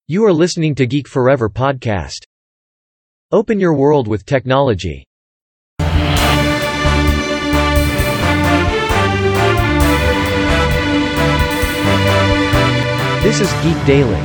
You are listening to Geek Forever podcast. Open your world with technology. This is Geek Daily.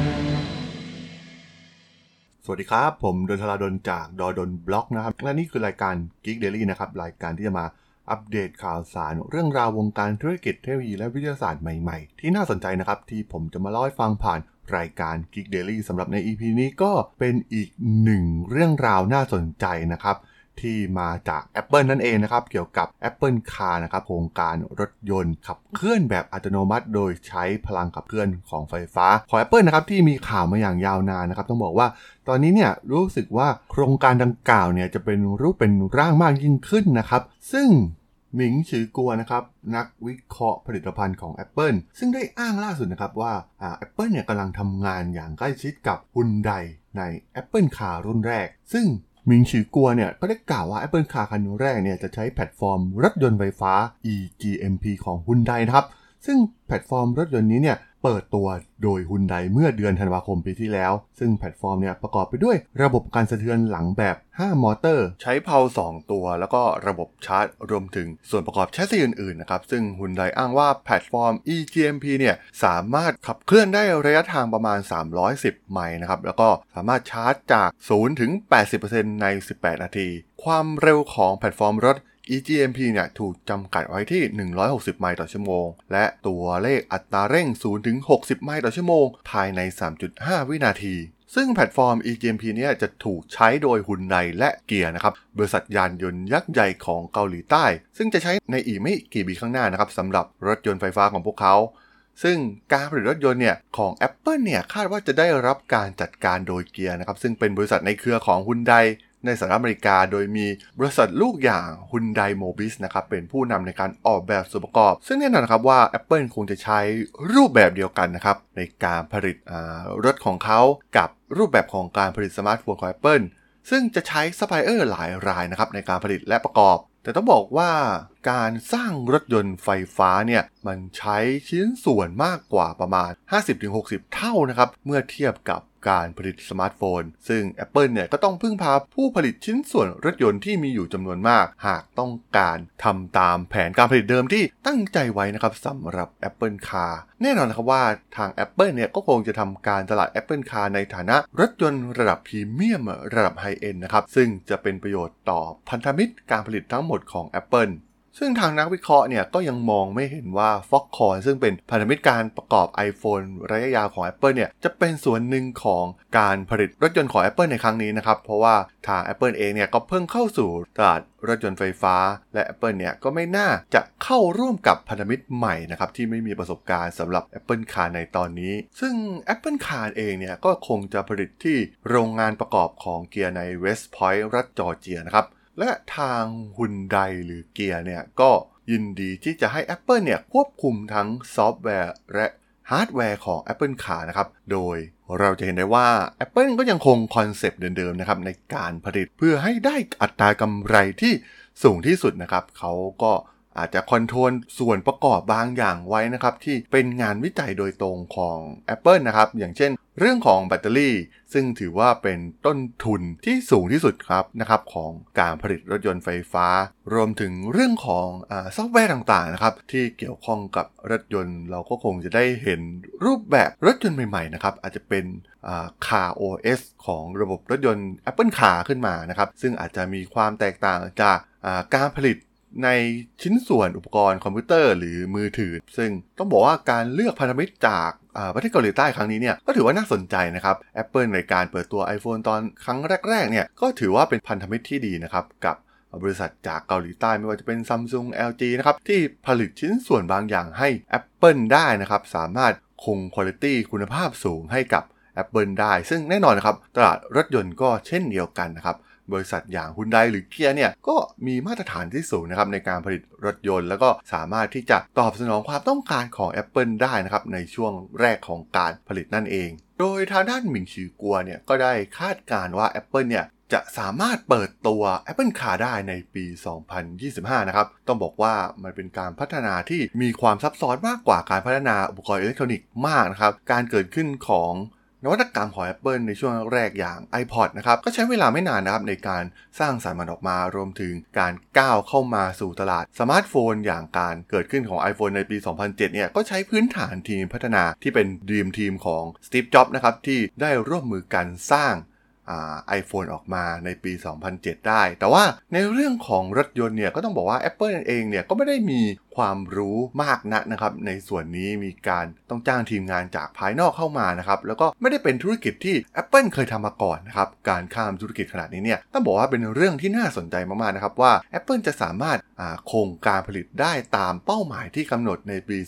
สวัสดีครับผมดนทราดลจากดนบล็อกนะครับและนี่คือรายการ Geek Daily นะครับรายการที่จะมาอัปเดตข่าวสารเรื่องราววงการธุรกิจเทคโนโลยีและวิทยาศาสตร์ใหม่ๆที่น่าสนใจนะครับที่ผมจะมาเล่าให้ฟังผ่านรายการ Geek Daily สำหรับใน EP นี้ก็เป็นอีกหนึ่งเรื่องราวน่าสนใจนะครับที่มาจาก Apple นั่นเองนะครับเกี่ยวกับ Apple Car นะครับโครงการรถยนต์ขับเคลื่อนแบบอัตโนมัติโดยใช้พลังขับเคลื่อนของไฟฟ้าของ Apple นะครับที่มีข่าวมาอย่างยาวนานนะครับต้องบอกว่าตอนนี้เนี่ยรู้สึกว่าโครงการดังกล่าวเนี่ยจะเป็นรูปเป็นร่างมากยิ่งขึ้นนะครับซึ่งหมิงฉือกัวนะครับนักวิเคราะห์ผลิตภัณฑ์ของ Apple ซึ่งได้อ้างล่าสุดนะครับว่าApple เนี่ยกำลังทำงานอย่างใกล้ชิดกับ Hyundai ใน Apple Car รุ่นแรกซึ่งหมิงฉือกัวเนี่ยก็ได้กล่าวว่า Apple Car คันแรกเนี่ยจะใช้แพลตฟอร์มรถยนต์ไฟฟ้า eGMP ของ Hyundai นะครับซึ่งแพลตฟอร์มรถยนต์นี้เนี่ยเปิดตัวโดย Hyundai เมื่อเดือนธันวาคมปีที่แล้วซึ่งแพลตฟอร์มเนี่ยประกอบไปด้วยระบบการสะเทือนหลังแบบ5มอเตอร์ใช้เพลา2ตัวแล้วก็ระบบชาร์จรวมถึงส่วนประกอบแชสซีอื่นๆนะครับซึ่ง Hyundai อ้างว่าแพลตฟอร์ม eGMP เนี่ยสามารถขับเคลื่อนได้ระยะทางประมาณ310ไมล์นะครับแล้วก็สามารถชาร์จจาก0ถึง 80% ใน18นาทีความเร็วของแพลตฟอร์มรถeGMP เนี่ยถูกจำกัดไว้ที่160ไมล์ต่อชั่วโมงและตัวเลขอัตราเร่ง0ถึง60ไมล์ต่อชั่วโมงภายใน 3.5 วินาทีซึ่งแพลตฟอร์ม eGMP เนี่ยจะถูกใช้โดย Hyundai และเกียร์นะครับบริษัทยานยนต์ยักษ์ใหญ่ของเกาหลีใต้ซึ่งจะใช้ในอีกไม่กี่ปีข้างหน้านะครับสำหรับรถยนต์ไฟฟ้าของพวกเขาซึ่งการผลิตรถยนต์เนี่ยของ Apple เนี่ยคาดว่าจะได้รับการจัดการโดยเกียร์นะครับซึ่งเป็นบริษัทในเครือของ Hyundaiในสหรัฐอเมริกาโดยมีบริษัทลูกอย่าง Hyundai Mobis นะครับเป็นผู้นำในการออกแบบส่วนประกอบซึ่งแน่นอนนะครับว่า Apple คงจะใช้รูปแบบเดียวกันนะครับในการผลิตรถของเขากับรูปแบบของการผลิตสมาร์ทโฟนของ Apple ซึ่งจะใช้ซัพพลายเออร์หลายรายนะครับในการผลิตและประกอบแต่ต้องบอกว่าการสร้างรถยนต์ไฟฟ้าเนี่ยมันใช้ชิ้นส่วนมากกว่าประมาณ 50-60 เท่านะครับเมื่อเทียบกับการผลิตสมาร์ทโฟนซึ่ง Apple เนี่ยก็ต้องพึ่งพาผู้ผลิตชิ้นส่วนรถยนต์ที่มีอยู่จำนวนมากหากต้องการทำตามแผนการผลิตเดิมที่ตั้งใจไว้นะครับสำหรับ Apple Car แน่นอนนะครับว่าทาง Apple เนี่ยก็คงจะทำการตลาด Apple Car ในฐานะรถยนต์ระดับพรีเมียมระดับไฮเอนด์นะครับซึ่งจะเป็นประโยชน์ต่อพันธมิตรการผลิตทั้งหมดของ Appleซึ่งทางนักวิเคราะห์เนี่ยก็ยังมองไม่เห็นว่า Foxconn ซึ่งเป็นพันธมิตรการประกอบ iPhone ระยะยาวของ Apple เนี่ยจะเป็นส่วนหนึ่งของการผลิตรถยนต์ของ Apple ในครั้งนี้นะครับเพราะว่าทาง Apple เองเนี่ยก็เพิ่งเข้าสู่ตลาดรถยนต์ไฟฟ้าและ Apple เนี่ยก็ไม่น่าจะเข้าร่วมกับพันธมิตรใหม่นะครับที่ไม่มีประสบการณ์สำหรับ Apple Car ในตอนนี้ซึ่ง Apple Car เองเนี่ยก็คงจะผลิตที่โรงงานประกอบของเกียร์ใน West Point รัฐจอร์เจียนะครับและทาง Hyundai หรือเกียร์เนี่ยก็ยินดีที่จะให้ Apple เนี่ยควบคุมทั้งซอฟต์แวร์และฮาร์ดแวร์ของ Apple Car นะครับโดยเราจะเห็นได้ว่า Apple ก็ยังคงคอนเซปต์เดิมๆนะครับในการผลิตเพื่อให้ได้อัตรากำไรที่สูงที่สุดนะครับเขาก็อาจจะคอนโทรลส่วนประกอบบางอย่างไว้นะครับที่เป็นงานวิจัยโดยตรงของ Apple นะครับอย่างเช่นเรื่องของแบตเตอรี่ซึ่งถือว่าเป็นต้นทุนที่สูงที่สุดครับนะครับของการผลิตรถยนต์ไฟฟ้ารวมถึงเรื่องของซอฟต์แวร์ต่างๆนะครับที่เกี่ยวข้องกับรถยนต์เราก็คงจะได้เห็นรูปแบบรถยนต์ใหม่ๆนะครับอาจจะเป็นCar OS ของระบบรถยนต์ Apple Car ขึ้นมานะครับซึ่งอาจจะมีความแตกต่างจากการผลิตในชิ้นส่วนอุปกรณ์คอมพิวเตอร์หรือมือถือซึ่งต้องบอกว่าการเลือกพันธมิตรจากประเทศเกาหลีใต้ครั้งนี้เนี่ยก็ถือว่าน่าสนใจนะครับ Apple ในการเปิดตัว iPhone ตอนครั้งแรกๆเนี่ยก็ถือว่าเป็นพันธมิตรที่ดีนะครับกับบริษัทจากเกาหลีใต้ไม่ว่าจะเป็น Samsung LG นะครับที่ผลิตชิ้นส่วนบางอย่างให้ Apple ได้นะครับสามารถคงคุณภาพคุณภาพสูงให้กับ Apple ได้ซึ่งแน่นอนนะครับตลาดรถยนต์ก็เช่นเดียวกันนะครับบริษัทอย่าง Hyundai หรือเกียร์เนี่ยก็มีมาตรฐานที่สูงนะครับในการผลิตรถยนต์แล้วก็สามารถที่จะตอบสนองความต้องการของ Apple ได้นะครับในช่วงแรกของการผลิตนั่นเองโดยทางด้านหมิงฉือกัวเนี่ยก็ได้คาดการณ์ว่า Apple เนี่ยจะสามารถเปิดตัว Apple Car ได้ในปี 2025 นะครับต้องบอกว่ามันเป็นการพัฒนาที่มีความซับซ้อนมากกว่าการพัฒนาอุปกรณ์อิเล็กทรอนิกส์มากนะครับการเกิดขึ้นของนวัตกรรมของ Apple ในช่วงแรกอย่าง iPod นะครับก็ใช้เวลาไม่นานนะครับในการสร้างสรรค์มันออกมารวมถึงการก้าวเข้ามาสู่ตลาดสมาร์ทโฟนอย่างการเกิดขึ้นของ iPhone ในปี 2007 เนี่ยก็ใช้พื้นฐานทีมพัฒนาที่เป็น Dream Team ของ Steve Jobs นะครับที่ได้ร่วมมือกันสร้างiPhone ออกมาในปี 2007 ได้แต่ว่าในเรื่องของรถยนต์เนี่ยก็ต้องบอกว่า Apple เองเนี่ยก็ไม่ได้มีความรู้มากนักนะครับในส่วนนี้มีการต้องจ้างทีมงานจากภายนอกเข้ามานะครับแล้วก็ไม่ได้เป็นธุรกิจที่ Apple เคยทำมาก่อนนะครับการข้ามธุรกิจขนาดนี้เนี่ยต้องบอกว่าเป็นเรื่องที่น่าสนใจมากๆนะครับว่า Apple จะสามารถคงการผลิตได้ตามเป้าหมายที่กำหนดในปี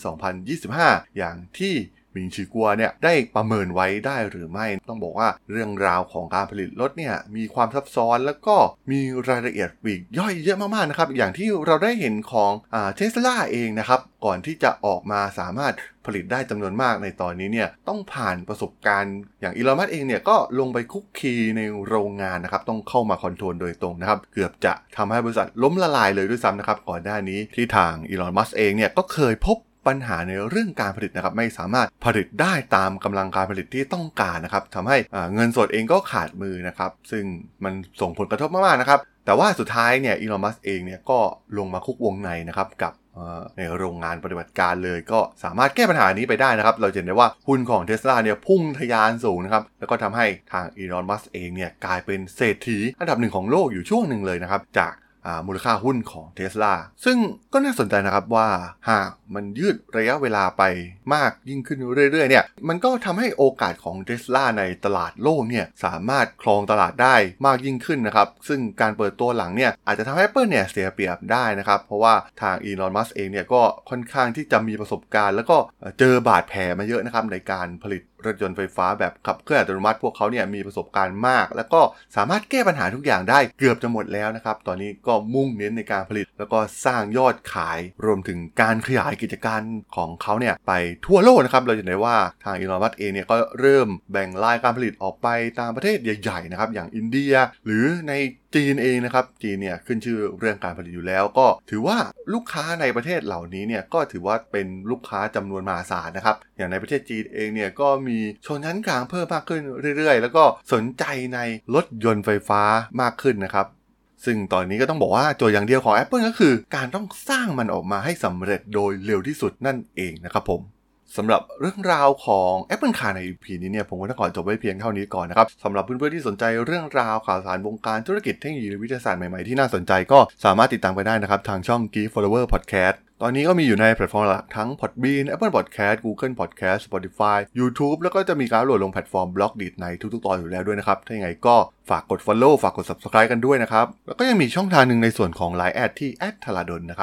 2025 อย่างที่มิงชีกัวเนี่ยได้ประเมินไว้ได้หรือไม่ต้องบอกว่าเรื่องราวของการผลิตรถเนี่ยมีความซับซ้อนแล้วก็มีรายละเอียดปลีกย่อยเยอะมากๆนะครับอย่างที่เราได้เห็นของTesla เองนะครับก่อนที่จะออกมาสามารถผลิตได้จำนวนมากในตอนนี้เนี่ยต้องผ่านประสบการณ์อย่างอีลอน มัสก์เองเนี่ยก็ลงไปคุกคีในโรงงานนะครับต้องเข้ามาคอนโทรลโดยตรงนะครับเกือบจะทำให้บริษัทล้มละลายเลยด้วยซ้ำนะครับก่อนหน้านี้ที่ทางอีลอน มัสก์เองเนี่ยก็เคยพบปัญหาในเรื่องการผลิตนะครับไม่สามารถผลิตได้ตามกำลังการผลิตที่ต้องการนะครับทำให้เงินสดเองก็ขาดมือนะครับซึ่งมันส่งผลกระทบมากๆนะครับแต่ว่าสุดท้ายเนี่ยอีลอน มัสก์เองเนี่ยก็ลงมาคุกวงในนะครับกับในโรงงานปฏิบัติการเลยก็สามารถแก้ปัญหานี้ไปได้นะครับเราเห็นได้ว่าหุ้นของ Tesla เนี่ยพุ่งทะยานสูงนะครับแล้วก็ทำให้ทางอีลอน มัสก์เองเนี่ยกลายเป็นเศรษฐีอันดับหนึ่งของโลกอยู่ช่วงหนึ่งเลยนะครับจากมูลค่าหุ้นของ Tesla ซึ่งก็น่าสนใจนะครับว่าหากมันยืดระยะเวลาไปมากยิ่งขึ้นเรื่อยๆเนี่ยมันก็ทำให้โอกาสของ Tesla ในตลาดโลกเนี่ยสามารถครองตลาดได้มากยิ่งขึ้นนะครับซึ่งการเปิดตัวหลังเนี่ยอาจจะทำให้ Apple เนี่ยเสียเปรียบได้นะครับเพราะว่าทางอีลอน มัสก์เองเนี่ยก็ค่อนข้างที่จะมีประสบการณ์แล้วก็เจอบาดแผลมาเยอะนะครับในการผลิตรถยนต์ไฟฟ้าแบบขับเคลื่อนอัตโนมัติพวกเขาเนี่ยมีประสบการณ์มากแล้วก็สามารถแก้ปัญหาทุกอย่างได้เกือบจะหมดแล้วนะครับตอนนี้ก็มุ่งเน้นในการผลิตแล้วก็สร้างยอดขายรวมถึงการขยายกิจการของเขาเนี่ยไปทั่วโลกนะครับเราจะเห็นได้ว่าทางอีลอน มัสก์เองเนี่ยก็เริ่มแบ่งรายการผลิตออกไปตามประเทศใหญ่ๆนะครับอย่างอินเดียหรือในจีนเองนะครับจีนเนี่ยขึ้นชื่อเรื่องการผลิตอยู่แล้วก็ถือว่าลูกค้าในประเทศเหล่านี้เนี่ยก็ถือว่าเป็นลูกค้าจำนวนมหาศาลนะครับอย่างในประเทศจีนเองเนี่ยก็มีชนชั้นกลางเพิ่มมากขึ้นเรื่อยๆแล้วก็สนใจในรถยนต์ไฟฟ้ามากขึ้นนะครับซึ่งตอนนี้ก็ต้องบอกว่าโจทย์อย่างเดียวของ Apple ก็คือการต้องสร้างมันออกมาให้สำเร็จโดยเร็วที่สุดนั่นเองนะครับผมสำหรับเรื่องราวของ Apple Car ใน EP นี้เนี่ยผมก็ต้องขอจบไว้เพียงเท่านี้ก่อนนะครับสำหรับเพื่อนๆที่สนใจเรื่องราวข่าวสารวงการธุรกิจเทคโนโลยีและวิทยาศาสตร์ใหม่ๆที่น่าสนใจก็สามารถติดตามไปได้นะครับทางช่อง Geek Flower Podcast ตอนนี้ก็มีอยู่ในแพลตฟอร์มหลักทั้ง Podbean Apple Podcast Google Podcast Spotify YouTube แล้วก็จะมีการโหลดลงแพลตฟอร์ม Blogdit ในทุกๆตอนอยู่แล้วด้วยนะครับถ้าอย่างไรก็ฝากกด follow ฝากกด subscribe กันด้วยนะครับแล้วก็ยังมีช่องทางนึงในส่วนของ Line แอดที่ @thradol นะครับ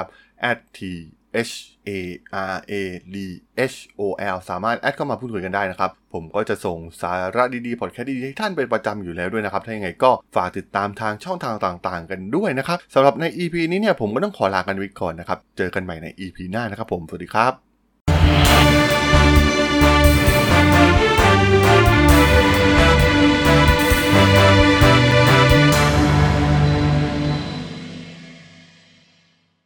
@THARADHOL สามารถแอดเข้ามาพูดคุยกันได้นะครับผมก็จะส่งสาระดีๆพอดแคสต์ดีๆให้ท่านเป็นประจำอยู่แล้วด้วยนะครับถ้าอย่างไรก็ฝากติดตามทางช่องทางต่างๆกันด้วยนะครับสำหรับใน EP นี้เนี่ยผมก็ต้องขอลากันไปก่อนนะครับเจอกันใหม่ใน EP หน้านะครับผมสวัสดีครับ